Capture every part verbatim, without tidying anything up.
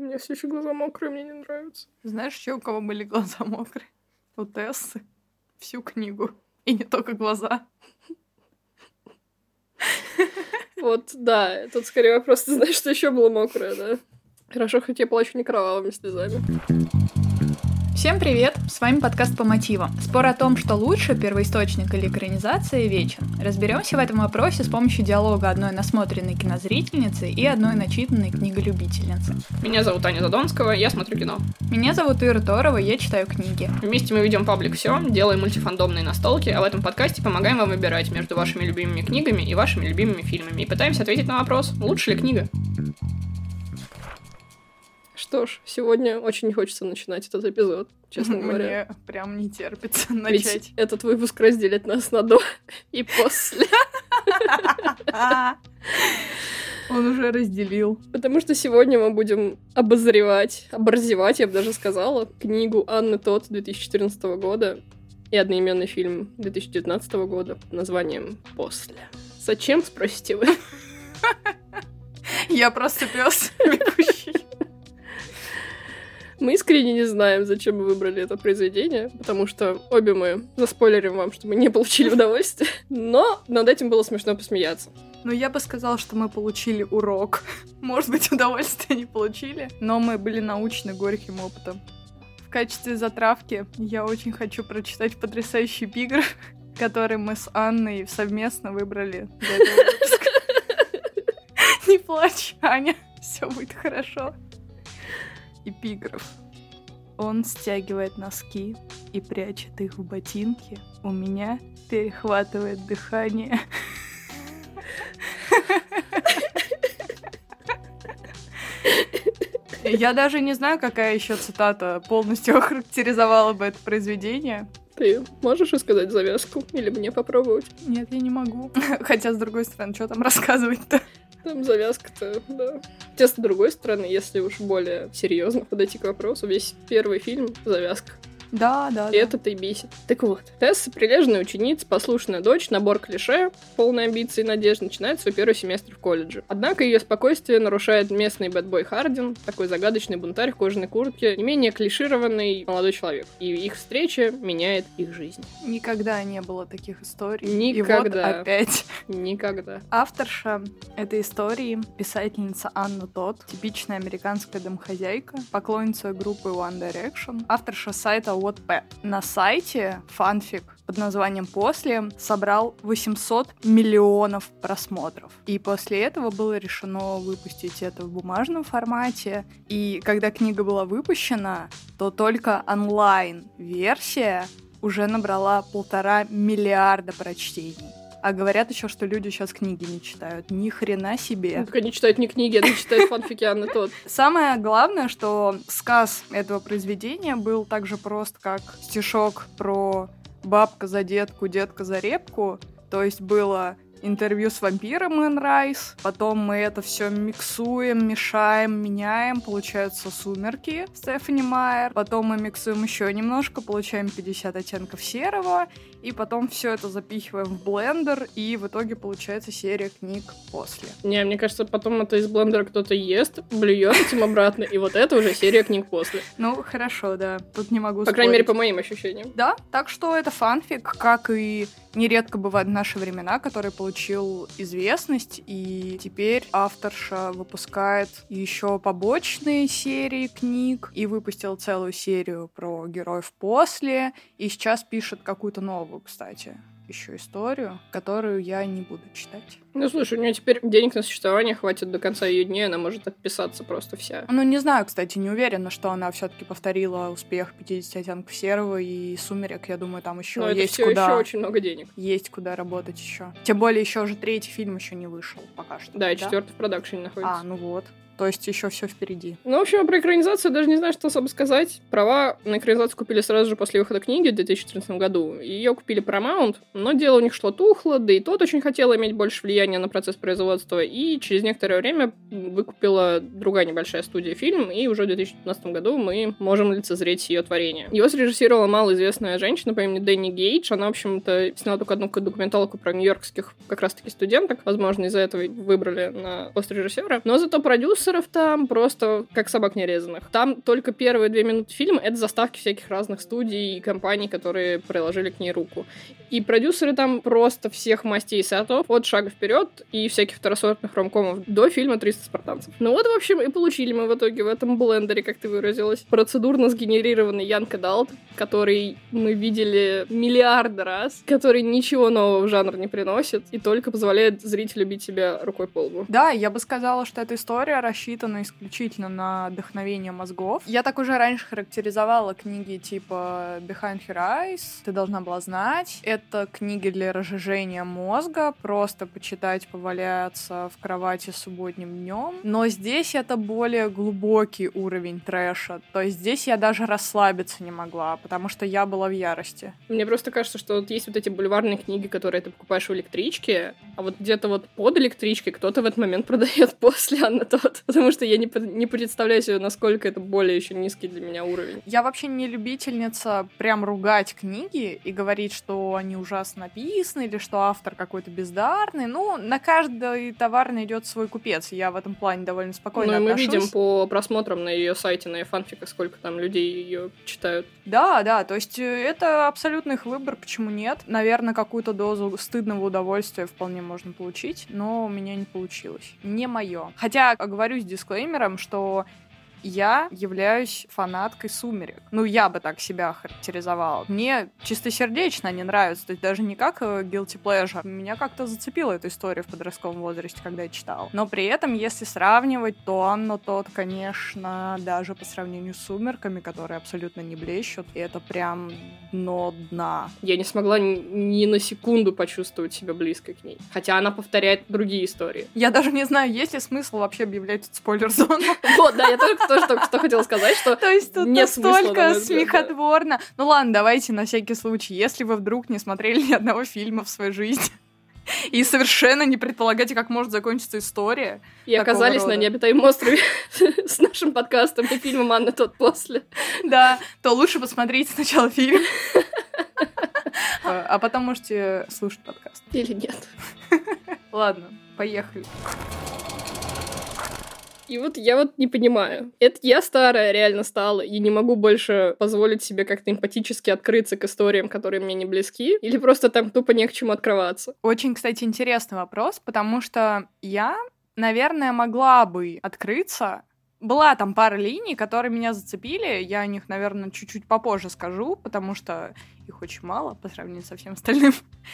меня все еще глаза мокрые, мне не нравится. Знаешь, еще у кого были глаза мокрые? У Тессы. Всю книгу. И не только глаза. Вот, да, тут скорее вопрос, ты знаешь, что еще было мокрое, да? Хорошо, хоть я плачу не кровавыми слезами. Всем привет! С вами подкаст «По мотивам». Спор о том, что лучше, первоисточник или экранизация, вечен. Разберемся в этом вопросе с помощью диалога одной насмотренной кинозрительницы и одной начитанной книголюбительницы. Меня зовут Аня Задонского, я смотрю кино. Меня зовут Ира Торова, я читаю книги. Вместе мы ведем паблик «Все», делаем мультифандомные настолки, а в этом подкасте помогаем вам выбирать между вашими любимыми книгами и вашими любимыми фильмами. И пытаемся ответить на вопрос, лучше ли книга? Что ж, сегодня очень не хочется начинать этот эпизод, честно говоря. Мне прям не терпится начать. Ведь этот выпуск разделит нас на до и после. Он уже разделил. Потому что сегодня мы будем обозревать, оборзевать, я бы даже сказала, книгу Анны Тод две тысячи четырнадцатого года и одноименный фильм две тысячи девятнадцатого года под названием «После». Зачем, спросите вы? Я просто пёс бегущий. Мы искренне не знаем, зачем мы выбрали это произведение, потому что обе мы заспойлерим вам, что мы не получили удовольствия, но над этим было смешно посмеяться. Ну, я бы сказала, что мы получили урок. Может быть, удовольствия не получили, но мы были научны горьким опытом. В качестве затравки я очень хочу прочитать потрясающий эпиграф, который мы с Анной совместно выбрали для этого выпуска. Не плачь, Аня, все будет хорошо. Эпиграф. Он стягивает носки и прячет их в ботинки. У меня перехватывает дыхание. Я даже не знаю, какая еще цитата полностью охарактеризовала бы это произведение. Ты можешь рассказать завязку? Или мне попробовать? Нет, я не могу. Хотя, с другой стороны, что там рассказывать-то? Там завязка-то, да. Хотя, с другой стороны, если уж более серьезно подойти к вопросу, весь первый фильм — завязка. Да, да, И да. это-то и бесит. Так вот, Тесса — прилежная ученица, послушная дочь, набор клише, полной амбиций и надежд, начинает свой первый семестр в колледже. Однако ее спокойствие нарушает местный бэтбой Хардин, такой загадочный бунтарь в кожаной куртке, не менее клишированный молодой человек. И их встреча меняет их жизнь. Никогда не было таких историй. Никогда. И вот опять. Никогда. Авторша этой истории — писательница Анна Тод, типичная американская домохозяйка, поклонница группы One Direction, авторша сайта Wattpad. На сайте фанфик под названием «После» собрал восемьсот миллионов просмотров. И после этого было решено выпустить это в бумажном формате. И когда книга была выпущена, то только онлайн-версия уже набрала полтора миллиарда прочтений. А говорят еще, что люди сейчас книги не читают. Ни хрена себе. Ну, так они читают не книги, они читают фанфики Анны Тод. Самое главное, что сказ этого произведения был так же прост, как стишок про бабка за детку, детка за репку. То есть было интервью с вампиром Энн Райс, потом мы это все миксуем, мешаем, меняем, получаются «Сумерки» Стефани Майер, потом мы миксуем еще немножко, получаем пятьдесят оттенков серого, и потом все это запихиваем в блендер, и в итоге получается серия книг «После». Не, мне кажется, потом это из блендера кто-то ест, блюет этим обратно, и вот это уже серия книг «После». Ну, хорошо, да, тут не могу спорить. По крайней мере, по моим ощущениям. Да, так что это фанфик, как и нередко бывает в наши времена, который получил известность, и теперь авторша выпускает еще побочные серии книг, и выпустила целую серию про героев «После», и сейчас пишет какую-то новую, кстати, еще историю, которую я не буду читать. Ну, слушай, у нее теперь денег на существование хватит до конца ее дней, она может отписаться просто вся. Ну, не знаю, кстати, не уверена, что она все-таки повторила успех пятьдесят оттенков серого и «Сумерек». Я думаю, там еще Но есть это куда... еще очень много денег. Есть куда работать еще. Тем более, еще же третий фильм еще не вышел пока что. Да, и четвертый в продакшене находится. А, ну вот. То есть еще все впереди. Ну, в общем, про экранизацию даже не знаю, что особо сказать. Права на экранизацию купили сразу же после выхода книги в две тысячи четырнадцатом году. Ее купили Paramount, но дело у них шло тухло, да и тот очень хотел иметь больше влияния на процесс производства, и через некоторое время выкупила другая небольшая студия фильм, и уже в две тысячи пятнадцатом году мы можем лицезреть ее творение. Его срежиссировала малоизвестная женщина по имени Дэнни Гейдж. Она, в общем-то, сняла только одну документалку про нью-йоркских как раз-таки студенток. Возможно, из-за этого выбрали на пост режиссера. Но зато продюсер продюсеров там просто как собак нерезанных. Там только первые две минуты фильма — это заставки всяких разных студий и компаний, которые приложили к ней руку. И продюсеры там просто всех мастей и сортов, от «Шага вперед» и всяких второсортных ромкомов до фильма «триста спартанцев». Ну вот, в общем, и получили мы в итоге в этом блендере, как ты выразилась, процедурно сгенерированный Янг Адалт, который мы видели миллиарды раз, который ничего нового в жанр не приносит и только позволяет зрителю бить себя рукой по лбу. Да, я бы сказала, что эта история рассчитана исключительно на вдохновение мозгов. Я так уже раньше характеризовала книги типа «Behind Her Eyes», «Ты должна была знать». Это книги для разжижения мозга, просто почитать, поваляться в кровати субботним днем. Но здесь это более глубокий уровень трэша. То есть здесь я даже расслабиться не могла, потому что я была в ярости. Мне просто кажется, что вот есть вот эти бульварные книги, которые ты покупаешь в электричке, а вот где-то вот под электричкой кто-то в этот момент продает после Анны Тодд. Потому что я не, не представляю себе, насколько это более еще низкий для меня уровень. Я вообще не любительница прям ругать книги и говорить, что они ужасно написаны или что автор какой-то бездарный. Ну, на каждый товар найдет свой купец. Я в этом плане довольно спокойно отношусь. Ну, и мы отношусь. видим по просмотрам на ее сайте, на ее фанфиках, сколько там людей ее читают. Да, да, то есть это абсолютно их выбор, почему нет. Наверное, какую-то дозу стыдного удовольствия вполне можно получить, но у меня не получилось. Не мое. Хотя, оговорюсь дисклеймером, что я являюсь фанаткой «Сумерек». Ну, я бы так себя характеризовала. Мне чистосердечно они нравятся, то есть даже не как guilty pleasure. Меня как-то зацепила эта история в подростковом возрасте, когда я читала. Но при этом, если сравнивать, то Анна Тодд, конечно, даже по сравнению с «Сумерками», которые абсолютно не блещут, это прям дно дна. Я не смогла ни, ни на секунду почувствовать себя близко к ней. Хотя она повторяет другие истории. Я даже не знаю, есть ли смысл вообще объявлять тут спойлер-зону. Вот, да, я только тоже только что хотела сказать, что то есть тут нет настолько смысла, смехотворно. Да. Ну ладно, давайте на всякий случай, если вы вдруг не смотрели ни одного фильма в своей жизни и совершенно не предполагаете, как может закончиться история. И оказались рода. На необитаемом острове с нашим подкастом и фильмом «Анна Тодд» после. Да, то лучше посмотрите сначала фильм. А потом можете слушать подкаст. Или нет. Ладно, поехали. И вот я вот не понимаю. Это я старая реально стала и не могу больше позволить себе как-то эмпатически открыться к историям, которые мне не близки, или просто там тупо не к чему открываться? Очень, кстати, интересный вопрос, потому что я, наверное, могла бы открыться. Была там пара линий, которые меня зацепили. Я о них, наверное, чуть-чуть попозже скажу, потому что их очень мало по сравнению со всем остальным.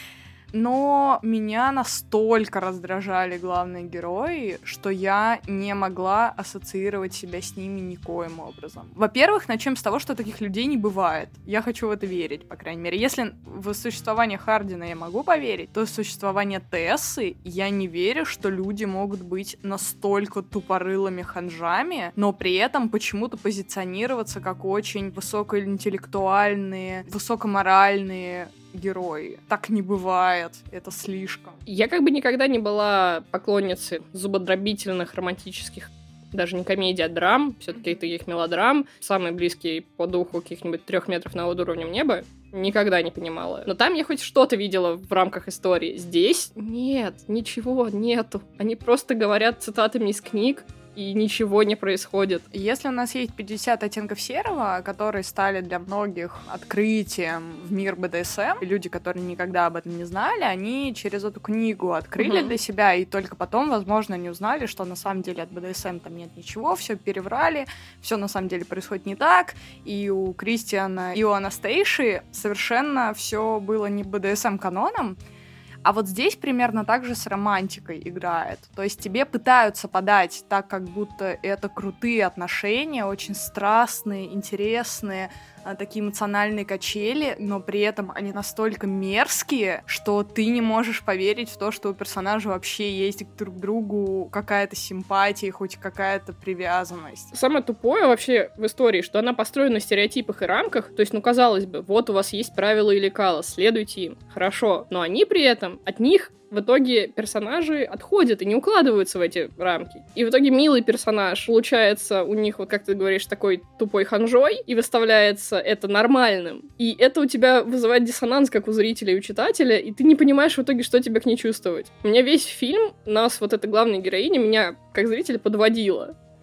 Но меня настолько раздражали главные герои, что я не могла ассоциировать себя с ними никоим образом. Во-первых, начнем с того, что таких людей не бывает. Я хочу в это верить, по крайней мере. Если в существование Хардина я могу поверить, то в существование Тессы я не верю, что люди могут быть настолько тупорылыми ханжами, но при этом почему-то позиционироваться как очень высокоинтеллектуальные, высокоморальные герои. Так не бывает, это слишком. Я как бы никогда не была поклонницей зубодробительных романтических, даже не комедий, а драм, все-таки таких мелодрам, самые близкие по духу каких-нибудь трех метров над уровнем неба, никогда не понимала. Но там я хоть что-то видела в рамках истории. Здесь нет, ничего нету. Они просто говорят цитатами из книг, и ничего не происходит. Если у нас есть пятьдесят оттенков серого, которые стали для многих открытием в мир бэ дэ эс эм, и люди, которые никогда об этом не знали, они через эту книгу открыли угу. для себя, и только потом, возможно, не узнали, что на самом деле от бэ дэ эс эм там нет ничего, все переврали, все на самом деле происходит не так, и у Кристиана и у Анастейши совершенно все было не бэ дэ эс эм-каноном. А вот здесь примерно так же с романтикой играет. То есть тебе пытаются подать так, как будто это крутые отношения, очень страстные, интересные, такие эмоциональные качели, но при этом они настолько мерзкие, что ты не можешь поверить в то, что у персонажа вообще есть друг к другу какая-то симпатия, хоть какая-то привязанность. Самое тупое вообще в истории, что она построена на стереотипах и рамках, то есть, ну, казалось бы, вот у вас есть правила и лекала, следуйте им, хорошо, но они при этом, от них в итоге персонажи отходят и не укладываются в эти рамки. И в итоге милый персонаж получается у них, вот как ты говоришь, такой тупой ханжой, и выставляется это нормальным. И это у тебя вызывает диссонанс, как у зрителя и у читателя, и ты не понимаешь в итоге, что тебе к ней чувствовать. У меня весь фильм, нас вот эта главная героиня, меня как зрителя подводила.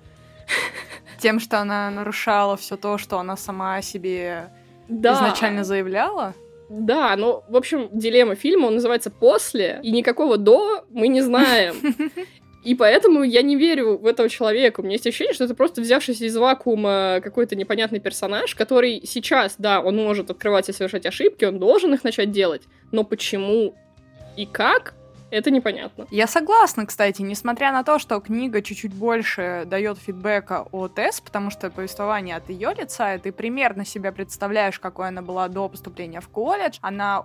Тем, что она нарушала все то, что она сама себе да. изначально заявляла? Да, ну, в общем, дилемма фильма, он называется «После», и никакого «до» мы не знаем. И поэтому я не верю в этого человека. У меня есть ощущение, что это просто взявшийся из вакуума какой-то непонятный персонаж, который сейчас, да, он может открывать и совершать ошибки, он должен их начать делать, но почему и как, это непонятно. Я согласна, кстати, несмотря на то, что книга чуть-чуть больше дает фидбэка о Тесс, потому что повествование от ее лица, и ты примерно себя представляешь, какой она была до поступления в колледж. Она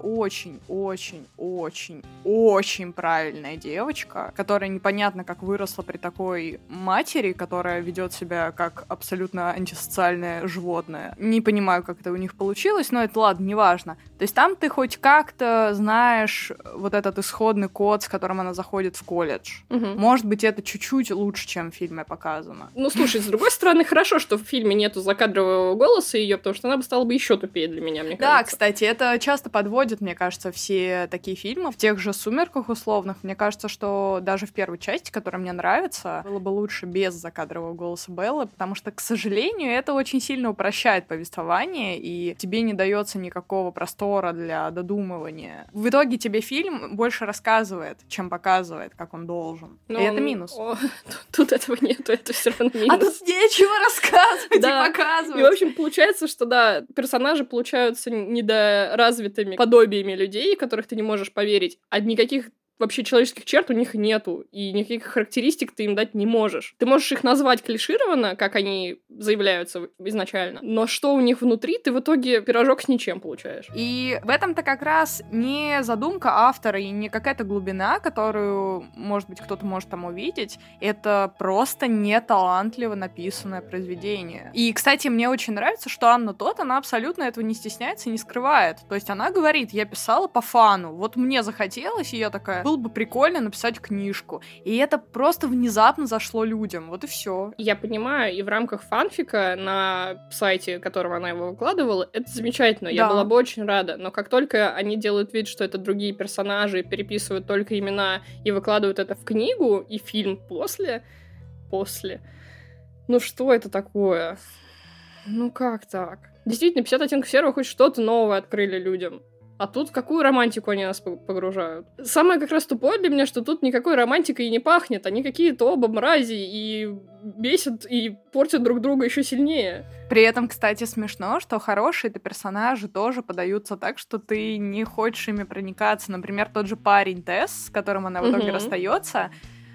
очень-очень-очень-очень правильная девочка, которая непонятно как выросла при такой матери, которая ведет себя как абсолютно антисоциальное животное. Не понимаю, как это у них получилось, но это ладно, неважно. То есть там ты хоть как-то знаешь вот этот исходный код, с которым она заходит в колледж. Угу. Может быть, это чуть-чуть лучше, чем в фильме показано. Ну, слушай, с другой стороны, хорошо, что в фильме нету закадрового голоса ее, потому что она бы стала бы еще тупее для меня, мне кажется. Да, кстати, это часто подводит, мне кажется, все такие фильмы. В тех же «Сумерках» условных, мне кажется, что даже в первой части, которая мне нравится, было бы лучше без закадрового голоса Беллы, потому что, к сожалению, это очень сильно упрощает повествование, и тебе не дается никакого простора для додумывания. В итоге тебе фильм больше рассказывает, чем показывает, как он должен. Но и это он... минус. О, тут этого нету, это все равно минус. А тут нечего рассказывать да. и показывать. И, в общем, получается, что, да, персонажи получаются недоразвитыми подобиями людей, которых ты не можешь поверить, а никаких вообще человеческих черт у них нету, и никаких характеристик ты им дать не можешь. Ты можешь их назвать клишированно, как они заявляются изначально, но что у них внутри, ты в итоге пирожок с ничем получаешь. И в этом-то как раз не задумка автора и не какая-то глубина, которую, может быть, кто-то может там увидеть. Это просто неталантливо написанное произведение. И, кстати, мне очень нравится, что Анна Тот, она абсолютно этого не стесняется и не скрывает. То есть она говорит, я писала по фану, вот мне захотелось, и я такая, было бы прикольно написать книжку. И это просто внезапно зашло людям. Вот и все. Я понимаю, и в рамках фанфика на сайте, которым она его выкладывала, это замечательно. Да. Я была бы очень рада. Но как только они делают вид, что это другие персонажи, переписывают только имена и выкладывают это в книгу и фильм после... После... Ну что это такое? Ну как так? Действительно, пятьдесят оттенков серого хоть что-то новое открыли людям. А тут в какую романтику они нас погружают? Самое как раз тупое для меня, что тут никакой романтикой и не пахнет. Они какие-то оба мрази и бесят, и портят друг друга еще сильнее. При этом, кстати, смешно, что хорошие-то персонажи тоже подаются так, что ты не хочешь ими проникаться. Например, тот же парень Тесс, с которым она в итоге угу. расстается,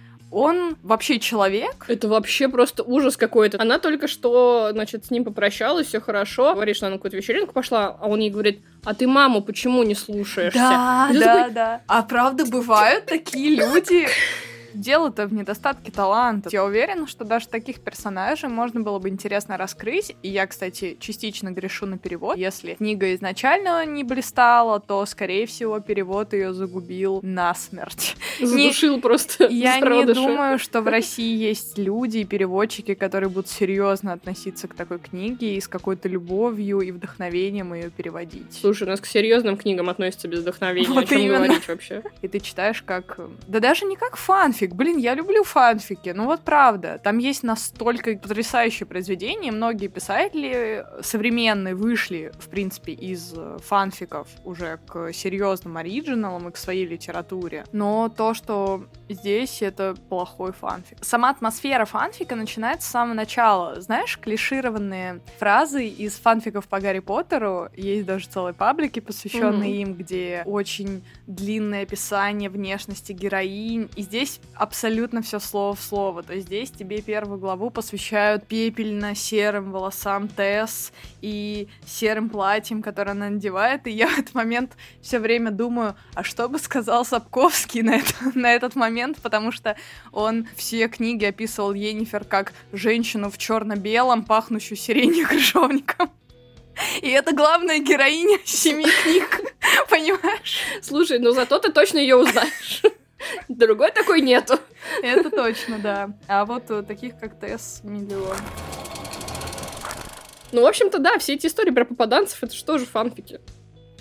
он вообще человек? Это вообще просто ужас какой-то. Она только что, значит, с ним попрощалась, все хорошо. Говорит, что она на какую-то вечеринку пошла, а он ей говорит, а ты маму почему не слушаешься? Да, да, такой... да. А правда, бывают такие люди... Дело-то в недостатке таланта. Я уверена, что даже таких персонажей можно было бы интересно раскрыть. И я, кстати, частично грешу на перевод. Если книга изначально не блистала, то, скорее всего, перевод ее загубил насмерть. Задушил не... просто. Я не думаю, что в России есть люди и переводчики, которые будут серьезно относиться к такой книге и с какой-то любовью и вдохновением ее переводить. Слушай, у нас к серьезным книгам относятся без вдохновения. Вот о чем именно. Говорить вообще? И ты читаешь как... Да даже не как фанфик. Блин, я люблю фанфики, ну вот правда. Там есть настолько потрясающие произведения, многие писатели современные вышли, в принципе, из фанфиков уже к серьезным оригиналам и к своей литературе. Но то, что здесь, это плохой фанфик. Сама атмосфера фанфика начинается с самого начала. Знаешь, клишированные фразы из фанфиков по Гарри Поттеру, есть даже целые паблики, посвященные mm-hmm. им, где очень длинное описание внешности героинь, и здесь абсолютно все слово в слово. То есть здесь тебе первую главу посвящают пепельно-серым волосам Тесс и серым платьем, которое она надевает. И я в этот момент все время думаю, а что бы сказал Сапковский на, это, на этот момент, потому что он все книги описывал Йеннифер как женщину в черно-белом, пахнущую сиренью крыжовником. И это главная героиня семи книг, понимаешь? Слушай, ну зато ты точно ее узнаешь. Другой такой нету. Это точно, да. А вот таких, как Тесс, миллион. Ну, в общем-то, да, все эти истории про попаданцев, это же тоже фанфики.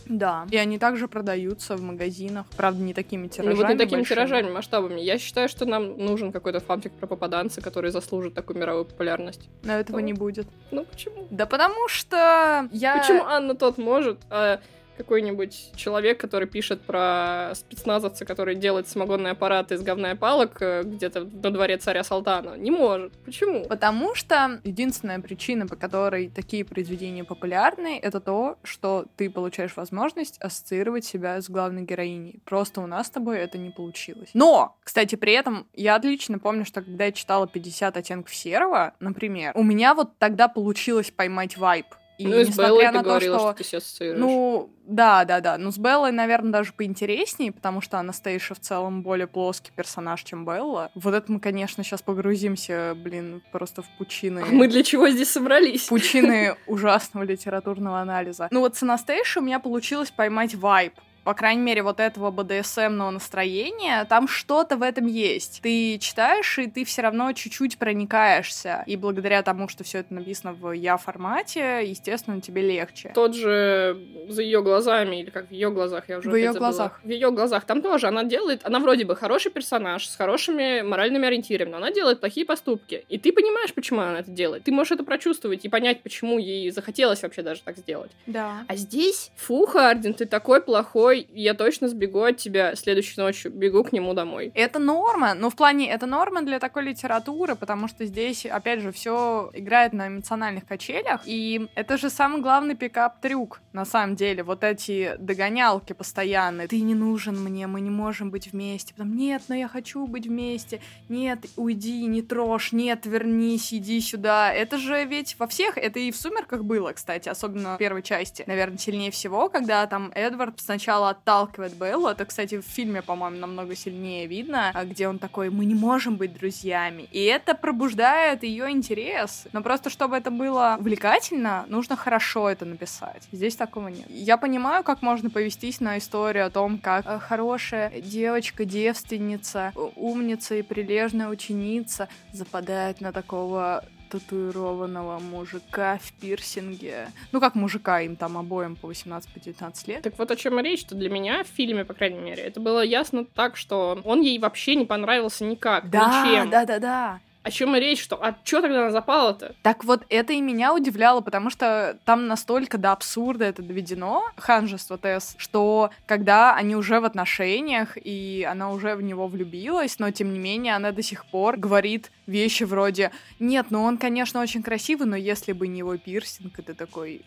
Да. И они также продаются в магазинах. Правда, не такими тиражами. Ну вот не такими большими. тиражами, масштабами. Я считаю, что нам нужен какой-то фанфик про попаданца, который заслужит такую мировую популярность. Но этого Ну. не будет. Ну почему? Да потому что я... Почему Анна тот может, а какой-нибудь человек, который пишет про спецназовца, который делает самогонные аппараты из говна и палок э, где-то на дворе царя Салтана, не может? Почему? Потому что единственная причина, по которой такие произведения популярны, это то, что ты получаешь возможность ассоциировать себя с главной героиней. Просто у нас с тобой это не получилось. Но, кстати, при этом я отлично помню, что когда я читала пятьдесят оттенков серого, например, у меня вот тогда получилось поймать вайб. И ну и с Беллой ты на говорила, то, что ты себя ассоциируешь. Ну, да, да, да. Ну, с Беллой, наверное, даже поинтереснее, потому что Анастейша в целом более плоский персонаж, чем Белла. Вот это мы, конечно, сейчас погрузимся, блин, просто в пучины... А мы для чего здесь собрались? Пучины ужасного литературного анализа. Ну вот с Анастейшей у меня получилось поймать вайб. По крайней мере, вот этого бэ дэ эс эм-ного настроения, там что-то в этом есть. Ты читаешь, и ты все равно чуть-чуть проникаешься. И благодаря тому, что все это написано в я-формате, естественно, тебе легче. Тот же за ее глазами, или как в ее глазах, я уже В ее забыла. глазах. В ее глазах. Там тоже она делает, она вроде бы хороший персонаж, с хорошими моральными ориентирами, но она делает плохие поступки. И ты понимаешь, почему она это делает. Ты можешь это прочувствовать и понять, почему ей захотелось вообще даже так сделать. Да. А здесь, фу, Хардин, ты такой плохой, я точно сбегу от тебя следующей ночью, бегу к нему домой. Это норма, но в плане это норма для такой литературы, потому что здесь, опять же, все играет на эмоциональных качелях, и это же самый главный пикап-трюк, на самом деле, вот эти догонялки постоянные. Ты не нужен мне, мы не можем быть вместе. Потом, нет, но я хочу быть вместе. Нет, уйди, не трожь, нет, вернись, иди сюда. Это же ведь во всех, это и в «Сумерках» было, кстати, особенно в первой части, наверное, сильнее всего, когда там Эдвард сначала отталкивает Беллу. Это, кстати, в фильме, по-моему, намного сильнее видно, где он такой: мы не можем быть друзьями. И это пробуждает ее интерес. Но просто, чтобы это было увлекательно, нужно хорошо это написать. Здесь такого нет. Я понимаю, как можно повестись на историю о том, как э, хорошая девочка-девственница, умница и прилежная ученица западает на такого татуированного мужика в пирсинге. Ну, как мужика, им там обоим по восемнадцать-девятнадцать лет. Так вот о чем и речь-то для меня в фильме, по крайней мере. Это было ясно так, что он ей вообще не понравился никак, да, ничем. Да, да, да. О чем и речь, что... А чё тогда она запала-то? Так вот, это и меня удивляло, потому что там настолько до абсурда это доведено, ханжество Тесс, что когда они уже в отношениях, и она уже в него влюбилась, но тем не менее она до сих пор говорит вещи вроде: нет, ну он, конечно, очень красивый, но если бы не его пирсинг, это такой...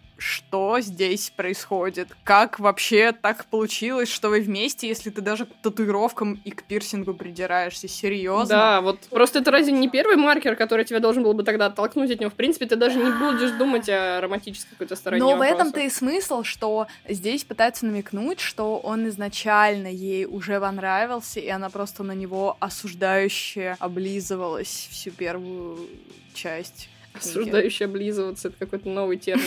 Что здесь происходит? Как вообще так получилось, что вы вместе, если ты даже к татуировкам и к пирсингу придираешься? Серьезно? Да, вот просто это разве не первый маркер, который тебя должен был бы тогда оттолкнуть от него? В принципе, ты даже не будешь думать о романтической какой-то стороне Но вопроса. в этом-то и смысл, что здесь пытаются намекнуть, что он изначально ей уже понравился, и она просто на него осуждающе облизывалась всю первую часть. Осуждающий облизываться — это какой-то новый термин.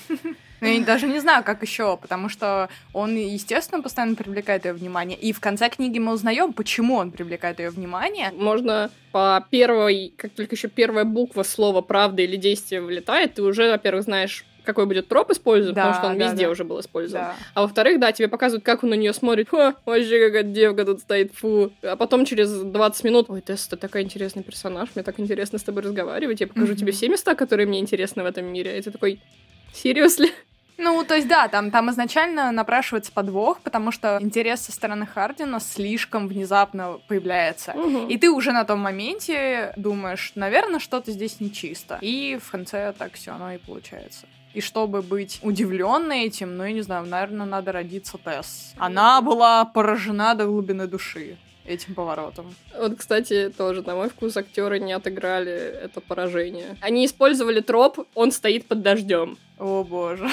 Ну, я даже не знаю, как еще, потому что он, естественно, постоянно привлекает ее внимание. И в конце книги мы узнаем, почему он привлекает ее внимание. Можно по первой, как только еще первая буква слова «правда» или «действие» вылетает, ты уже, во-первых, знаешь, какой будет троп использован, да, потому что он да, везде да. уже был использован. Да. А во-вторых, да, тебе показывают, как он на нее смотрит. Фу, вообще какая девка тут стоит, фу. А потом через двадцать минут: ой, Тесс, ты такой интересный персонаж, мне так интересно с тобой разговаривать, я покажу mm-hmm. тебе все места, которые мне интересны в этом мире. И ты такой: серьезно? Ну, то есть, да, там, там изначально напрашивается подвох, потому что интерес со стороны Хардина слишком внезапно появляется. Угу. И ты уже на том моменте думаешь, наверное, что-то здесь нечисто. И в конце так все оно и получается. И чтобы быть удивленной этим, ну, я не знаю, наверное, надо родиться Тесс. Она была поражена до глубины души этим поворотом. Вот, кстати, тоже, на мой вкус, актеры не отыграли это поражение. Они использовали троп «он стоит под дождем». О, боже.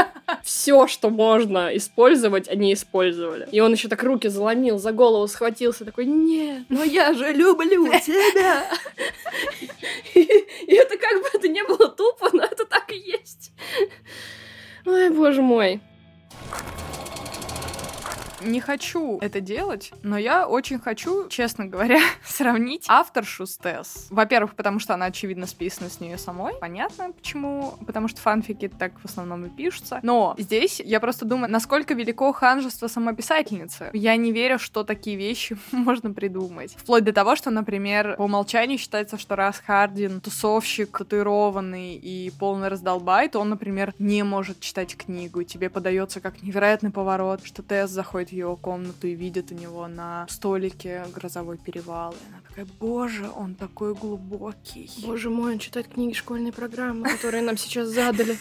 Все, что можно использовать, они использовали. И он еще так руки заломил, за голову схватился, такой: нет, ну я же люблю тебя. И это как бы это не было тупо, но это так и есть. Ой, боже мой. Не хочу это делать, но я очень хочу, честно говоря, сравнить авторшу с Тесс. Во-первых, потому что она, очевидно, списана с нее самой. Понятно, почему. Потому что фанфики так в основном и пишутся. Но здесь я просто думаю, насколько велико ханжество самой писательницы. Я не верю, что такие вещи можно придумать. Вплоть до того, что, например, по умолчанию считается, что раз Хардин тусовщик, татуированный и полный раздолбай, то он, например, не может читать книгу. И тебе подается как невероятный поворот, что Тесс заходит в его комнату и видит у него на столике грозовой перевал. И она такая: боже, он такой глубокий. Боже мой, он читает книги школьной программы, которые нам сейчас задали.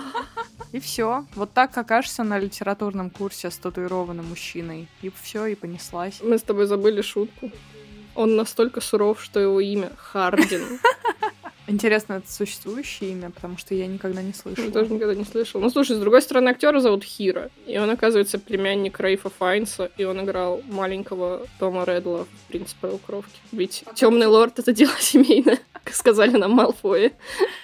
И все. Вот так окажешься на литературном курсе с татуированным мужчиной. И все, и понеслась. Мы с тобой забыли шутку. Он настолько суров, что его имя Хардин. Интересно, это существующее имя, потому что я никогда не слышала. Я тоже никогда не слышала. Ну, слушай, с другой стороны, актера зовут Хиро, и он, оказывается, племянник Рейфа Файнса, и он играл маленького Тома Редла в «Принце полукровки». Ведь «Темный лорд» — это дело семейное, как сказали нам Малфои.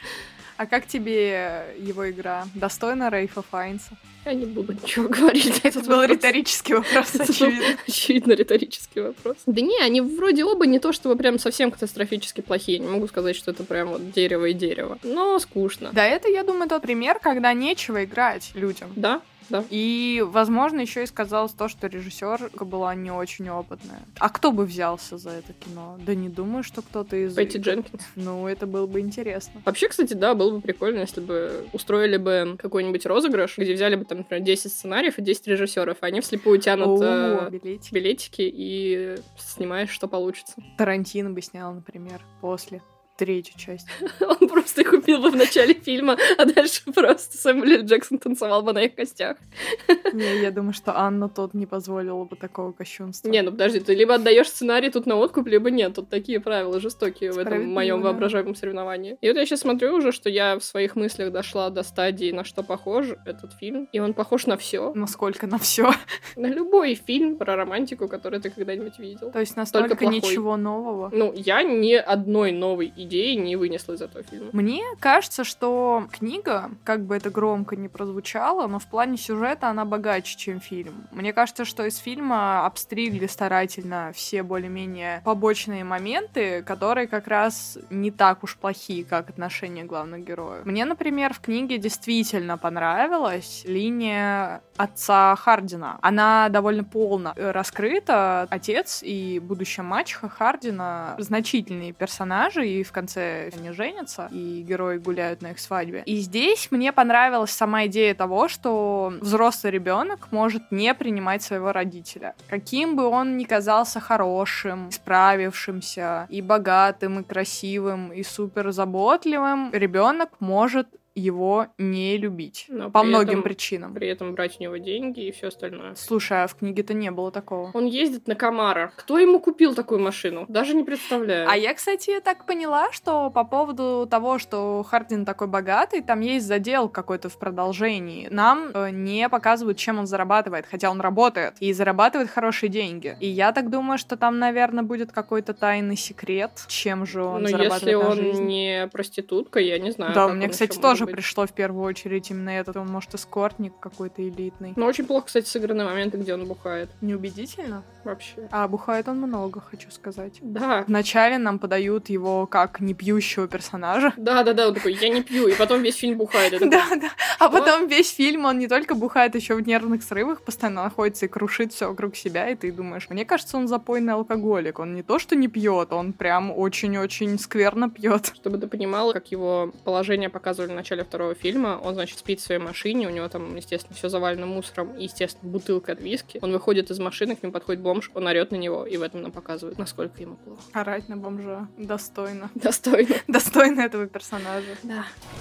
А как тебе его игра? Достойна Рейфа Файнса? Я не буду ничего говорить. Это был риторический вопрос, очевидно. Очевидно, риторический вопрос. Да не, они вроде оба не то чтобы прям совсем катастрофически плохие. Не могу сказать, что это прям вот дерево и дерево. Но скучно. Да, это, я думаю, тот пример, когда нечего играть людям. Да. Да. И, возможно, еще и сказалось то, что режиссер была не очень опытная. А кто бы взялся за это кино? Да не думаю, что кто-то из... Пэтти Дженкинс. Ну, это было бы интересно. Вообще, кстати, да, было бы прикольно, если бы устроили бы какой-нибудь розыгрыш, где взяли бы там, например, десять сценариев и десять режиссеров, и они вслепую тянут О, э, билетики. билетики и снимаешь, что получится. Тарантино бы снял, например, после. Третью часть. Он просто их купил бы в начале фильма, а дальше просто Сэмюэл Л. Джексон танцевал бы на их костях. Не, я думаю, что Анна тот не позволила бы такого кощунства. Не, ну подожди, ты либо отдаешь сценарий тут на откуп, либо нет. Тут такие правила жестокие в этом моем воображаемом соревновании. И вот я сейчас смотрю уже, что я в своих мыслях дошла до стадии, на что похож этот фильм. И он похож на все. Насколько на все? На любой фильм про романтику, который ты когда-нибудь видел. То есть настолько ничего нового? Ну, я ни одной новой идеи не вынесла из этого фильма. Мне кажется, что книга, как бы это громко не прозвучало, но в плане сюжета она богаче, чем фильм. Мне кажется, что из фильма обстригли старательно все более-менее побочные моменты, которые как раз не так уж плохие, как отношения главных героев. Мне, например, в книге действительно понравилась линия отца Хардина. Она довольно полно раскрыта. Отец и будущая мачеха Хардина значительные персонажи, и в конце они женятся, и герои гуляют на их свадьбе. И здесь мне понравилась сама идея того, что взрослый ребенок может не принимать своего родителя. Каким бы он ни казался хорошим, справившимся, и богатым, и красивым, и супер заботливым, ребенок может его не любить. Но по при многим этом, причинам. При этом брать у него деньги и все остальное. Слушай, а в книге-то не было такого. Он ездит на Камаро. Кто ему купил такую машину? Даже не представляю. А я, кстати, так поняла, что по поводу того, что Хардин такой богатый, там есть задел какой-то в продолжении. Нам э, не показывают, чем он зарабатывает, хотя он работает и зарабатывает хорошие деньги. И я так думаю, что там, наверное, будет какой-то тайный секрет, чем же он Но зарабатывает если на он жизнь. Не проститутка, я не знаю. Да, у меня, кстати, тоже быть. пришло в первую очередь именно этот. Он, может, эскортник какой-то элитный. Но очень плохо, кстати, сыграны моменты, где он бухает. Неубедительно? Вообще. А бухает он много, хочу сказать. Да. Вначале нам подают его как непьющего персонажа. Да-да-да, он такой: я не пью, и потом весь фильм бухает. Да-да. А потом весь фильм он не только бухает, еще в нервных срывах постоянно находится и крушит все вокруг себя, и ты думаешь, мне кажется, он запойный алкоголик. Он не то, что не пьет, он прям очень-очень скверно пьет. Чтобы ты понимала, как его положение показывали в начале второго фильма, он, значит, спит в своей машине, у него там, естественно, все завалено мусором и, естественно, бутылка от виски. Он выходит из машины, к нему подходит бомж, он орет на него, и в этом нам показывают, насколько ему плохо. Орать на бомжа. Достойно. Достойно. Достойно этого персонажа. Да.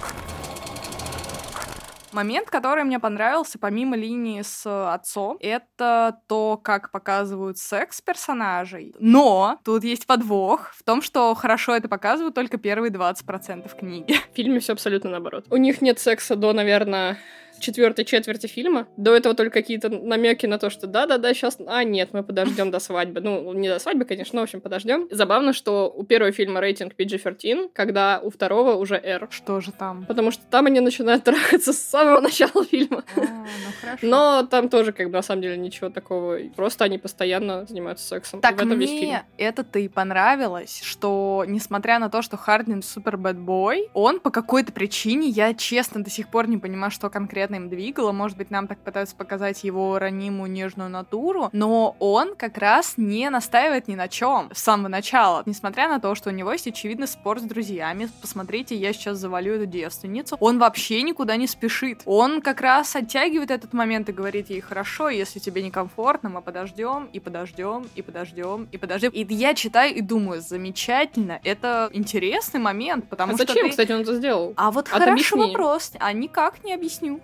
Момент, который мне понравился, помимо линии с отцом, это то, как показывают секс персонажей. Но тут есть подвох в том, что хорошо это показывают только первые двадцать процентов книги. В фильме все абсолютно наоборот. У них нет секса до, наверное, четвертой четверти фильма. До этого только какие-то намеки на то, что да-да-да, сейчас... А, нет, мы подождем до свадьбы. Ну, не до свадьбы, конечно, но, в общем, подождем. Забавно, что у первого фильма рейтинг пи джи тринадцать, когда у второго уже R. Что же там? Потому что там они начинают трахаться с самого начала фильма. А, ну хорошо. Но там тоже, как бы, на самом деле, ничего такого. Просто они постоянно занимаются сексом. Так в этом весь фильм. мне это-то и понравилось, что, несмотря на то, что Хардин супер бэдбой, он по какой-то причине, я честно до сих пор не понимаю, что конкретно им двигало. Может быть, нам так пытаются показать его ранимую нежную натуру, но он как раз не настаивает ни на чем с самого начала. Несмотря на то, что у него есть очевидный спор с друзьями, посмотрите, я сейчас завалю эту девственницу, он вообще никуда не спешит. Он как раз оттягивает этот момент и говорит ей: хорошо, если тебе некомфортно, мы подождем, и подождем, и подождем, и подождем. И я читаю и думаю, замечательно, это интересный момент, потому а что зачем, ты... кстати, он это сделал? А вот а хороший вопрос, а никак не объясню.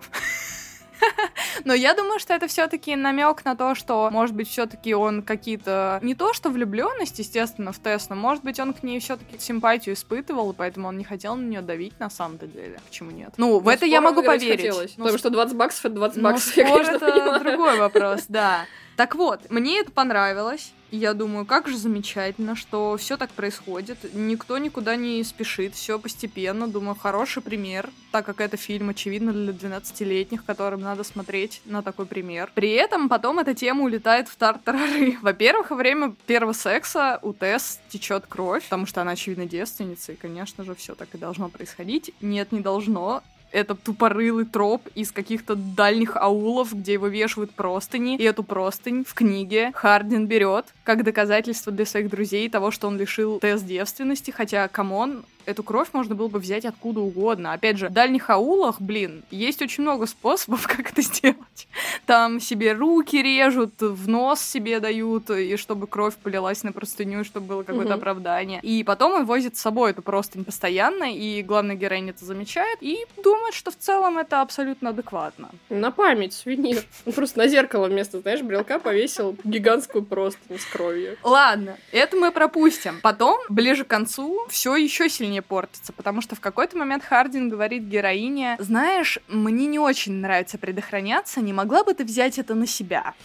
Но я думаю, что это все-таки намек на то, что, может быть, все-таки он какие-то не то, что влюбленность, естественно, в Тесс, но, может быть, он к ней все-таки симпатию испытывал, и поэтому он не хотел на нее давить на самом-то деле. Почему нет? Ну, в ну, это я могу поверить. Хотелось, ну, потому что двадцать баксов это двадцать ну, баксов. Я, конечно, это понимаю. другой вопрос, да. Так вот, мне это понравилось. И я думаю, как же замечательно, что все так происходит. Никто никуда не спешит, все постепенно. Думаю, хороший пример, так как это фильм, очевидно, для двенадцатилетних, которым надо смотреть на такой пример. При этом потом эта тема улетает в тартарары. Во-первых, во время первого секса у Тесс течет кровь, потому что она, очевидно, девственница, и, конечно же, все так и должно происходить. Нет, не должно. Это тупорылый троп из каких-то дальних аулов, где его вешают простыни. И эту простынь в книге Хардин берет как доказательство для своих друзей того, что он лишил Тесс девственности. Хотя, камон, эту кровь можно было бы взять откуда угодно. Опять же, в дальних аулах, блин, есть очень много способов, как это сделать. Там себе руки режут, в нос себе дают, и чтобы кровь полилась на простыню, чтобы было какое-то mm-hmm. оправдание. И потом он возит с собой эту простынь постоянно, и главная героиня это замечает, и думает, что в целом это абсолютно адекватно. На память, сувенир. Он просто на зеркало вместо, знаешь, брелка повесил гигантскую простыню с кровью. Ладно, это мы пропустим. Потом, ближе к концу, все еще сильнее портится, потому что в какой-то момент Хардин говорит героине: знаешь, мне не очень нравится предохраняться, не могла бы ты взять это на себя?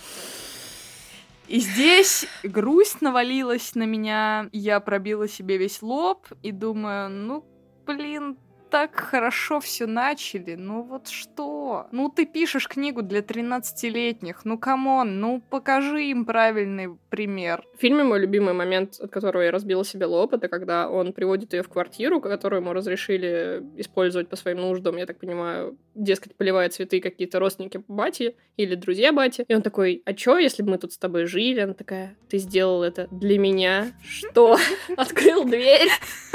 И здесь грусть навалилась на меня, я пробила себе весь лоб и думаю, ну, блин, так хорошо все начали, ну вот что? Ну ты пишешь книгу для тринадцатилетних, ну камон, ну покажи им правильный пример. В фильме мой любимый момент, от которого я разбила себе лоб, это когда он приводит ее в квартиру, которую ему разрешили использовать по своим нуждам, я так понимаю, дескать, поливает цветы какие-то родственники бати или друзья бати. И он такой: а чё, если бы мы тут с тобой жили? Она такая: ты сделал это для меня? Что? Открыл дверь?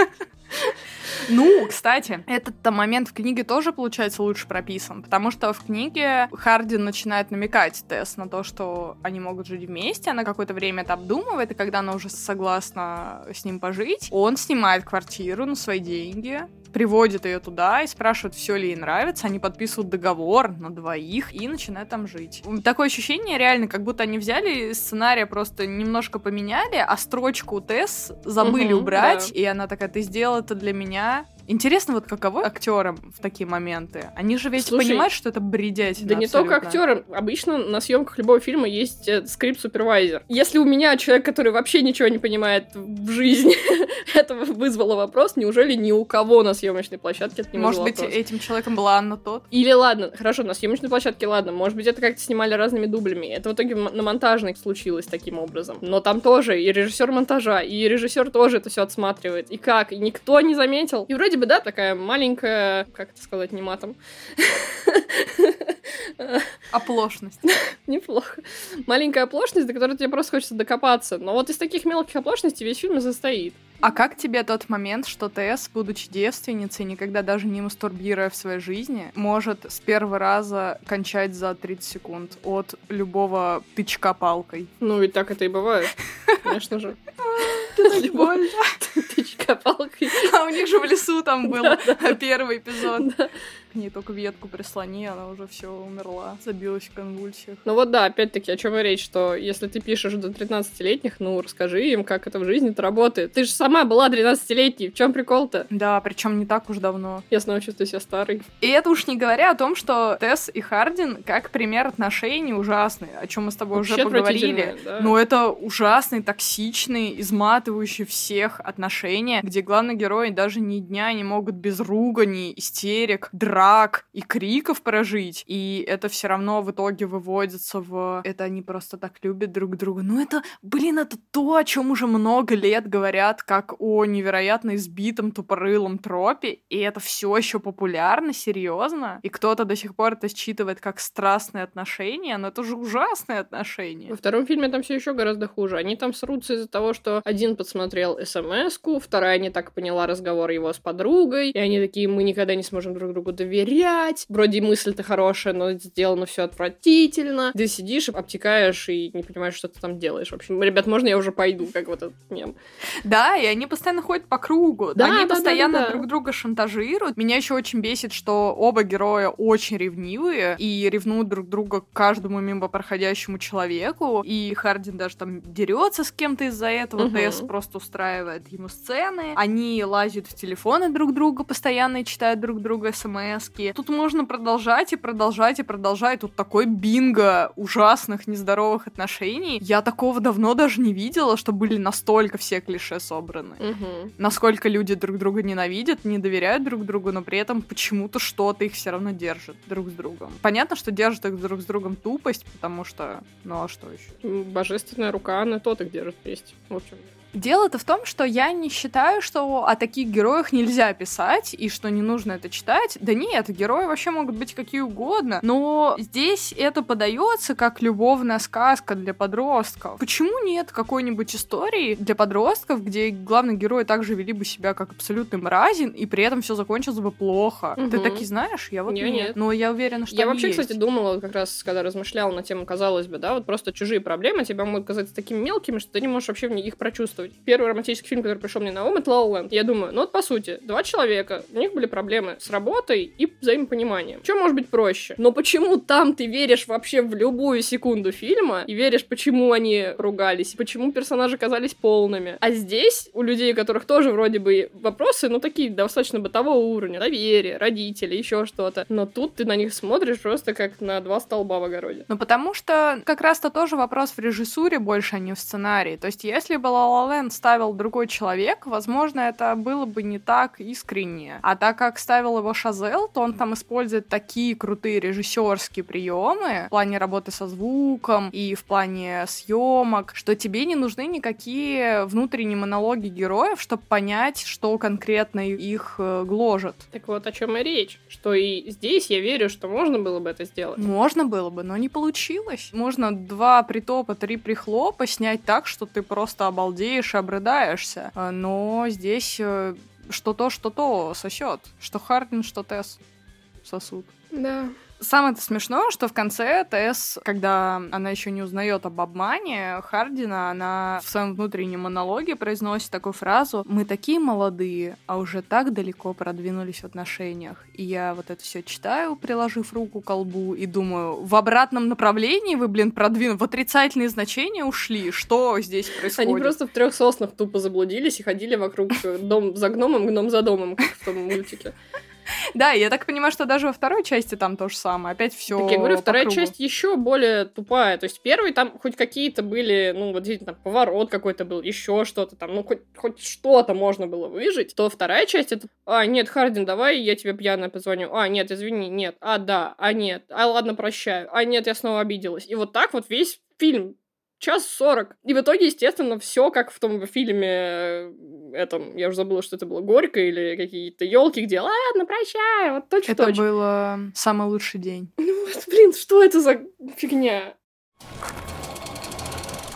Ну, кстати, этот момент в книге тоже, получается, лучше прописан, потому что в книге Хардин начинает намекать Тесс на то, что они могут жить вместе, она какое-то время это обдумывает, и когда она уже согласна с ним пожить, он снимает квартиру на свои деньги, приводит ее туда и спрашивает, все ли ей нравится. Они подписывают договор на двоих и начинают там жить. Такое ощущение реально, как будто они взяли сценарий, просто немножко поменяли, а строчку Тесс забыли угу, убрать, да. И она такая: ты сделал это для меня. Интересно, вот каково актерам в такие моменты? Они же ведь Слушай, понимают, что это бредятина. Да не абсолютно. только актерам. Обычно на съемках любого фильма есть скрипт-супервайзер. Если у меня человек, который вообще ничего не понимает в жизни, это вызвало вопрос, неужели ни у кого на съемочной площадке это не вызвало Может быть, вопрос? этим человеком была Анна Тодд? Или ладно, хорошо, на съемочной площадке, ладно, может быть, это как-то снимали разными дублями. Это в итоге на монтажной случилось таким образом. Но там тоже и режиссер монтажа, и режиссер тоже это все отсматривает. И как? И никто не заметил. И вроде бы, да, такая маленькая, как это сказать, не матом. Оплошность. Неплохо. Маленькая оплошность, до которой тебе просто хочется докопаться. Но вот из таких мелких оплошностей весь фильм и состоит. А как тебе тот момент, что Тесс, будучи девственницей, никогда даже не мастурбируя в своей жизни, может с первого раза кончать за тридцать секунд от любого тычка палкой? Ну, ведь так это и бывает, конечно же. Больно. Тычка палкой. А у них же в лесу там был первый эпизод. к ней только ветку прислони, она уже все умерла, забилась в конвульсиях. Ну вот да, опять-таки, о чем и речь, что если ты пишешь до тринадцатилетних, ну расскажи им, как это в жизни-то работает. Ты же сама была тринадцатилетней, в чем прикол-то? Да, причем не так уж давно. Я снова чувствую себя старой. И это уж не говоря о том, что Тесс и Хардин как пример отношений ужасные, о чем мы с тобой Вообще уже поговорили. да. Но это ужасные, токсичные, изматывающие всех отношения, где главные герои даже ни дня не могут без ругани, истерик, драк и криков прожить. И это все равно в итоге выводится в... Это они просто так любят друг друга. Ну это, блин, это то, о чем уже много лет говорят, как о невероятно избитом тупорылом тропе, и это все еще популярно, серьезно. И кто-то до сих пор это считывает как страстные отношения, но это же ужасные отношения. Во втором фильме там все еще гораздо хуже. Они там срутся из-за того, что один подсмотрел смс-ку, вторая не так поняла разговор его с подругой, и они такие: мы никогда не сможем друг другу доверять. Вроде мысль-то хорошая, но сделано все отвратительно. Ты сидишь, обтекаешь и не понимаешь, что ты там делаешь. В общем, ребят, можно я уже пойду, как вот этот мем. Да, и они постоянно ходят по кругу. Да, они да, постоянно да, да, да. друг друга шантажируют. Меня еще очень бесит, что оба героя очень ревнивые и ревнуют друг друга к каждому мимо проходящему человеку. И Хардин даже там дерется с кем-то из-за этого. Угу. Тесс просто устраивает ему сцены. Они лазят в телефоны друг друга постоянно и читают друг друга смс-ки. Тут можно продолжать и продолжать и продолжать. Тут такой бинго ужасных, нездоровых отношений. Я такого давно даже не видела, что были настолько все клише собраны. Угу. Насколько люди друг друга ненавидят, не доверяют друг другу, но при этом почему-то что-то их все равно держит друг с другом. Понятно, что держит их друг с другом тупость, потому что... Ну а что еще? Божественная рука, она тот их держит вместе. В общем. Дело-то в том, что я не считаю, что о таких героях нельзя писать, и что не нужно это читать. Да нет, герои вообще могут быть какие угодно, но здесь это подается как любовная сказка для подростков. Почему нет какой-нибудь истории для подростков, где главные герои также вели бы себя как абсолютный мразин, и при этом все закончилось бы плохо? Угу. Ты таки знаешь? Я вот я нет. нет. Но я уверена, что Я они вообще, есть. кстати, думала, как раз, когда размышляла на тему, казалось бы, да, вот просто чужие проблемы тебе могут казаться такими мелкими, что ты не можешь вообще в них их прочувствовать. Первый романтический фильм, который пришел мне на ум, это La La Land. Я думаю, ну вот по сути, два человека, у них были проблемы с работой и взаимопониманием. Что может быть проще? Но почему там ты веришь вообще в любую секунду фильма и веришь, почему они ругались, почему персонажи казались полными? А здесь у людей, у которых тоже вроде бы вопросы, ну такие достаточно бытового уровня, доверие, родители, еще что-то. Но тут ты на них смотришь просто как на два столба в огороде. Ну потому что как раз-то тоже вопрос в режиссуре больше, а не в сценарии. То есть если бы La La Land ставил другой человек, возможно, это было бы не так искренне. А так как ставил его Шазел, то он там использует такие крутые режиссерские приемы в плане работы со звуком и в плане съемок, что тебе не нужны никакие внутренние монологи героев, чтобы понять, что конкретно их э, гложет. Так вот, о чем и речь. Что и здесь я верю, что можно было бы это сделать. Можно было бы, но не получилось. Можно два притопа, три прихлопа снять так, что ты просто обалдеешь и обрыдаешься. Но здесь что то, что то сосет. Что Хардин, что Тесс сосут. Да. Самое-то смешное, что в конце Тесс, когда она еще не узнает об обмане Хардина, она в своем внутреннем монологе произносит такую фразу: «Мы такие молодые, а уже так далеко продвинулись в отношениях». И я вот это все читаю, приложив руку к колбу, и думаю, в обратном направлении вы, блин, продвинули, в отрицательные значения ушли. Что здесь происходит? Они просто в трех соснах тупо заблудились и ходили вокруг дом за гномом, гном за домом, как в том мультике. Да, я так понимаю, что даже во второй части там то же самое. Опять все. Так я говорю, вторая часть еще более тупая. То есть первый там хоть какие-то были, ну, вот действительно, там поворот какой-то был, еще что-то там, ну, хоть, хоть что-то можно было выжить. То вторая часть это: а, нет, Хардин, давай я тебе пьяная позвоню. А, нет, извини, нет. А, да, а, нет. А, ладно, прощаю. А, нет, я снова обиделась. И вот так вот весь фильм. Час сорок. И в итоге, естественно, все как в том фильме этом, я уже забыла, что это было, «Горько» или какие-то елки, где ладно, прощай, вот точно. Это был самый лучший день. Ну вот, блин, что это за фигня?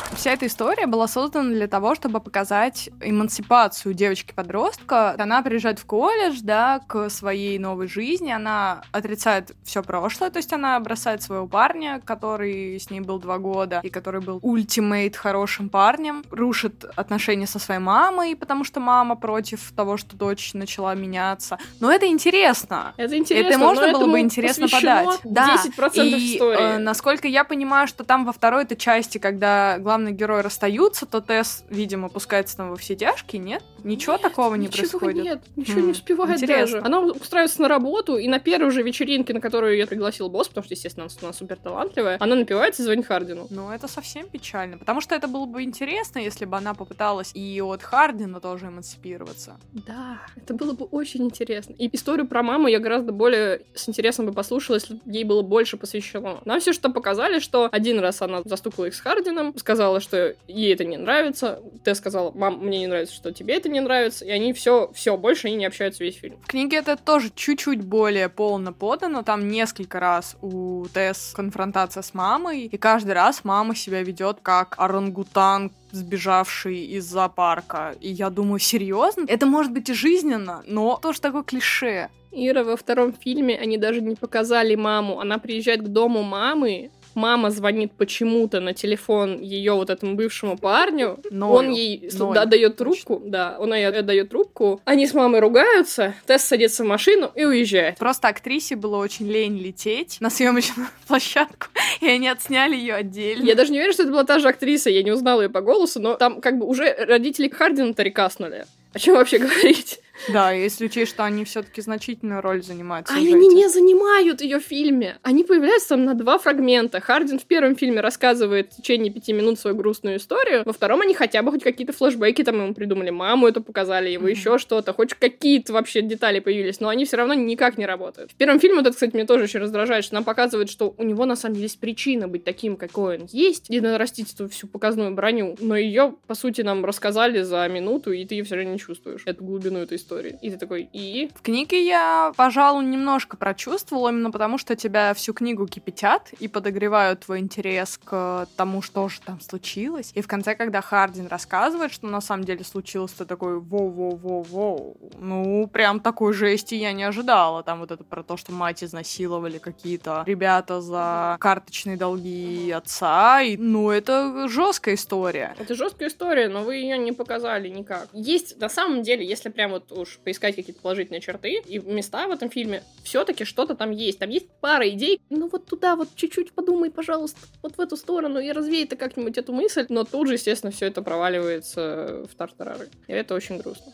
Вся эта история была создана для того, чтобы показать эмансипацию девочки-подростка. Она приезжает в колледж, да, к своей новой жизни, она отрицает все прошлое, то есть она бросает своего парня, который с ней был два года, и который был ультимейт хорошим парнем, рушит отношения со своей мамой, потому что мама против того, что дочь начала меняться. Но это интересно. Это интересно, это можно было бы интересно подать. десять процентов и, истории. Э, насколько я понимаю, что там во второй-то части, когда главные герои расстаются, то Тесс, видимо, пускается там во все тяжкие, нет? Ничего нет, такого не ничего происходит? Нет, ничего м-м, не успевает интересно. даже. Она устраивается на работу, и на первой же вечеринке, на которую ее пригласил босс, потому что, естественно, она супер талантливая, она напивается и звонит Хардину. Ну, это совсем печально, потому что это было бы интересно, если бы она попыталась и от Хардина тоже эмансипироваться. Да, это было бы очень интересно. И историю про маму я гораздо более с интересом бы послушала, если ей было больше посвящено. Нам все что показали, что один раз она застукала их с Хардином, сказала, что ей это не нравится. Тесс сказала: мам, мне не нравится, что тебе это не нравится. И они все, все, больше они не общаются весь фильм. В книге это тоже чуть-чуть более полно подано. Там несколько раз у Тесс конфронтация с мамой, и каждый раз мама себя ведет как орангутанг, сбежавший из зоопарка. И я думаю, серьезно? Это может быть и жизненно, но тоже такое клише. Ира, во втором фильме они даже не показали маму. Она приезжает к дому мамы, мама звонит почему-то на телефон ее вот этому бывшему парню, Ною. он ей да, дает трубку, да, он ей дает трубку, они с мамой ругаются, Тесс садится в машину и уезжает. Просто актрисе было очень лень лететь на съемочную площадку, и они отсняли ее отдельно. Я даже не уверена, что это была та же актриса, я не узнала ее по голосу, но там как бы уже родители Хардина-то рекастнули. О чем вообще говорить? Да, если учесть, что они все-таки значительную роль занимают. А они не занимают ее в фильме. Они появляются там на два фрагмента. Хардин в первом фильме рассказывает в течение пяти минут свою грустную историю. Во втором они хотя бы хоть какие-то флешбеки там ему придумали. Маму это показали, его mm-hmm. еще что-то. Хоть какие-то вообще детали появились, но они все равно никак не работают. В первом фильме, вот это, кстати, меня тоже очень раздражает, что нам показывают, что у него на самом деле есть причина быть таким, какой он есть, и нарастить эту всю показную броню. Но ее, по сути, нам рассказали за минуту, и ты ее все равно не чувствуешь. Эту глубину этой истории. И ты такой, и? В книге я, пожалуй, немножко прочувствовала, именно потому что тебя всю книгу кипятят и подогревают твой интерес к тому, что же там случилось. И в конце, когда Хардин рассказывает, что на самом деле случилось, ты такой, воу-воу-воу-воу. Ну, прям такой жести я не ожидала. Там вот это про то, что мать изнасиловали какие-то ребята за карточные долги отца. И, ну, это жесткая история. Это жесткая история, но вы ее не показали никак. Есть, на самом деле, если прям вот уж поискать какие-то положительные черты и места в этом фильме, все-таки что-то там есть. Там есть пара идей. Ну вот туда вот чуть-чуть подумай, пожалуйста, вот в эту сторону и развей ты как-нибудь эту мысль. Но тут же, естественно, все это проваливается в тартарары. И это очень грустно.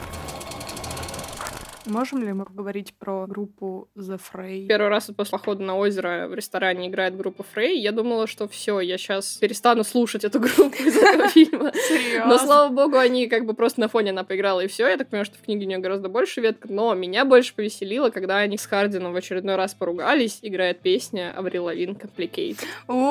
Можем ли мы поговорить про группу The Fray? Первый раз после похода на озеро в ресторане играет группа Fray. Я думала, что все, я сейчас перестану слушать эту группу из этого фильма. Серьезно? Но, слава богу, они как бы просто на фоне она поиграла, и все. Я так понимаю, что в книге у нее гораздо больше веток. Но меня больше повеселило, когда они с Хардином в очередной раз поругались. Играет песня Аврил Лавин «Complicated».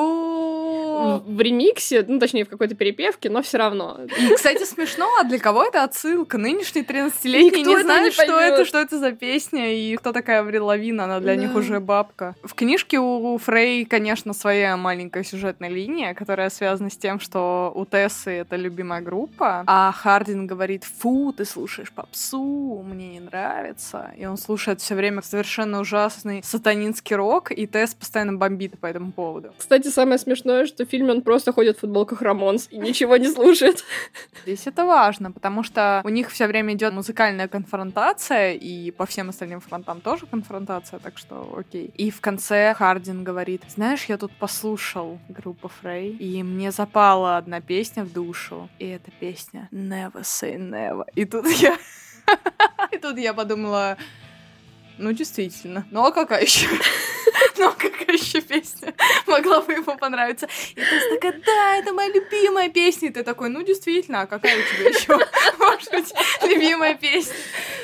В ремиксе, ну, точнее, в какой-то перепевке, но все равно. И, кстати, смешно, а для кого это отсылка? Нынешний тринадцатилетний не знает, что это, что это за песня, и кто такая Аврил Лавин, она для да. них уже бабка. В книжке у Фрей, конечно, своя маленькая сюжетная линия, которая связана с тем, что у Тессы это любимая группа, а Хардин говорит: фу, ты слушаешь попсу, мне не нравится. И он слушает все время совершенно ужасный сатанинский рок, и Тесс постоянно бомбит по этому поводу. Кстати, самое смешное, что в фильме он просто ходит в футболках Рамонс и ничего не слушает. Здесь это важно, потому что у них все время идет музыкальная конфронтация, и по всем остальным фронтам тоже конфронтация, так что окей. И в конце Хардин говорит: знаешь, я тут послушал группу Фрей, и мне запала одна песня в душу, и эта песня Never Say Never. И тут я... И тут я подумала: ну, действительно. Ну, а какая еще? Ну, а какая еще песня могла бы ему понравиться? И ты такая: да, это моя любимая песня. И ты такой: ну, действительно, а какая у тебя еще может быть любимая песня?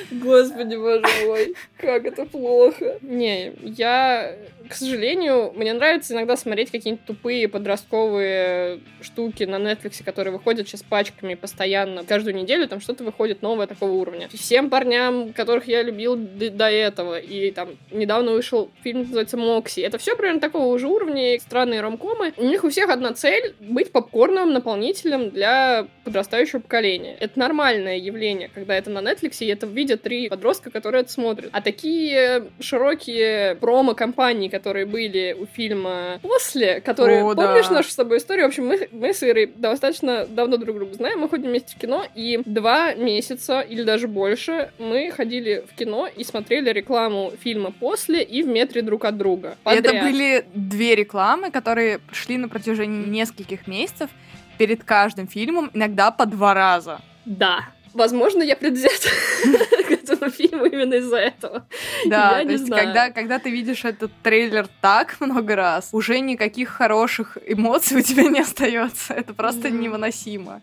Господи, боже мой, как это плохо. Не, я, к сожалению, мне нравится иногда смотреть какие-нибудь тупые подростковые штуки на Netflix, которые выходят сейчас пачками постоянно. Каждую неделю там что-то выходит новое такого уровня. Всем парням, которых я любил до, до этого, и там недавно вышел фильм, называется «Мокси». Это все примерно такого же уровня, странные ромкомы. У них у всех одна цель — быть попкорновым наполнителем для подрастающего поколения. Это нормальное явление, когда это на Netflix, и это видят три подростка, которые это смотрят. А такие широкие промо-компании, которые были у фильма «После», которые... О, Помнишь да. нашу с тобой историю? В общем, мы, мы с Ирой достаточно давно друг друга знаем, мы ходим вместе в кино, и два месяца или даже больше мы ходили в кино и смотрели рекламу фильма «После» и «В метре друг от друга». Подряд. Это были две рекламы, которые шли на протяжении нескольких месяцев перед каждым фильмом, иногда по два раза. Да. Возможно, я предвзята к этому фильму именно из-за этого. Да, Я то не есть, знаю. когда, когда ты видишь этот трейлер так много раз, уже никаких хороших эмоций у тебя не остается. Это просто Да. невыносимо.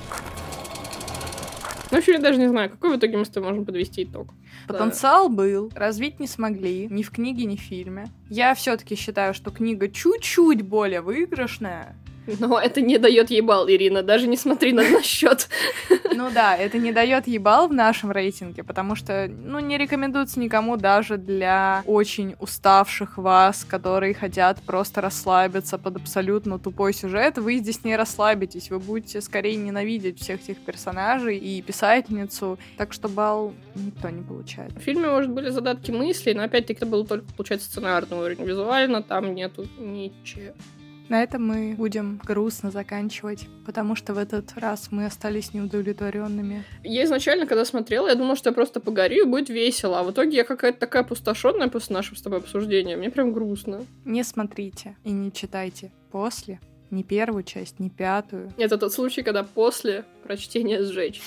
Ну, в общем, я даже не знаю, какой в итоге мы с тобой можем подвести итог. Потенциал был, развить не смогли, ни в книге, ни в фильме. Я все-таки считаю, что книга чуть-чуть более выигрышная. Но это не дает ей балл, Ирина, даже не смотри на наш счет. Ну да, это не дает ей балл в нашем рейтинге, потому что, ну, не рекомендуется никому даже для очень уставших вас, которые хотят просто расслабиться под абсолютно тупой сюжет. Вы здесь не расслабитесь, вы будете скорее ненавидеть всех этих персонажей и писательницу, так что балл никто не получает. В фильме, может, были задатки мыслей, но опять-таки это было только, получается, сценарный уровень. Визуально там нету ничего. На этом мы будем грустно заканчивать, потому что в этот раз мы остались неудовлетворенными. Я изначально, когда смотрела, я думала, что я просто погорю и будет весело, а в итоге я какая-то такая опустошенная после нашего с тобой обсуждения. Мне прям грустно. Не смотрите и не читайте после ни первую часть, ни пятую. Это тот случай, когда после прочтения сжечь.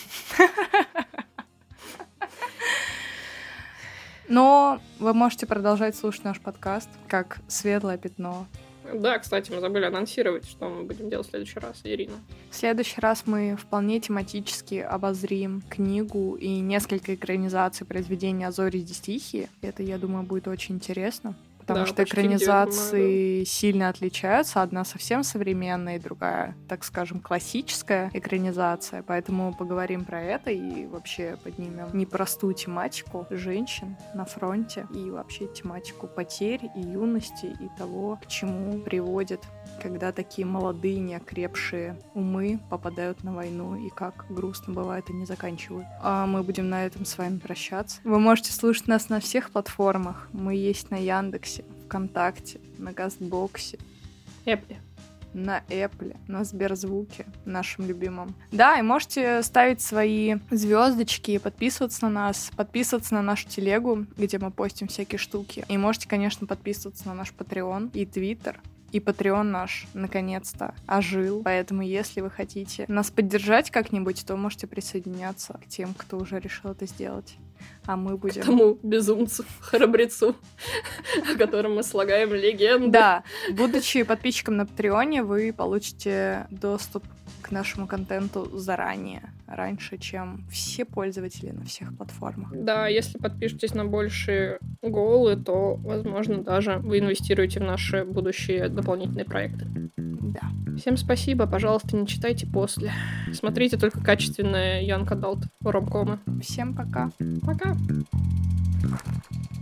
Но вы можете продолжать слушать наш подкаст как «Светлое пятно». Да, кстати, мы забыли анонсировать, что мы будем делать в следующий раз, Ирина. В следующий раз мы вполне тематически обозрим книгу и несколько экранизаций произведения «А зори здесь тихие». Это, я думаю, будет очень интересно. Потому Да, что почти экранизации сильно отличаются. Одна совсем современная, и другая, так скажем, классическая экранизация. Поэтому поговорим про это и вообще поднимем непростую тематику женщин на фронте и вообще тематику потерь и юности и того, к чему приводит, когда такие молодые, неокрепшие умы попадают на войну, и как грустно бывает, они заканчивают. А мы будем на этом с вами прощаться. Вы можете слушать нас на всех платформах. Мы есть на Яндексе, ВКонтакте, на Кастбоксе, Эпли. на Эпле, на Сберзвуке, нашем любимом. Да, и можете ставить свои звездочки, подписываться на нас, подписываться на нашу телегу, где мы постим всякие штуки. И можете, конечно, подписываться на наш Patreon и Твиттер. И Patreon наш, наконец-то, ожил. Поэтому, если вы хотите нас поддержать как-нибудь, то можете присоединяться к тем, кто уже решил это сделать. А мы будем... К тому безумцу, храбрецу, о котором мы слагаем легенды. Да, будучи подписчиком на Патреоне, вы получите доступ к нашему контенту заранее, раньше, чем все пользователи на всех платформах. Да, если подпишетесь на большие голы, то, возможно, даже вы инвестируете в наши будущие дополнительные проекты. Да. Всем спасибо, пожалуйста, не читайте после. Смотрите только качественные Young Adult ромкомы. Всем пока. Пока!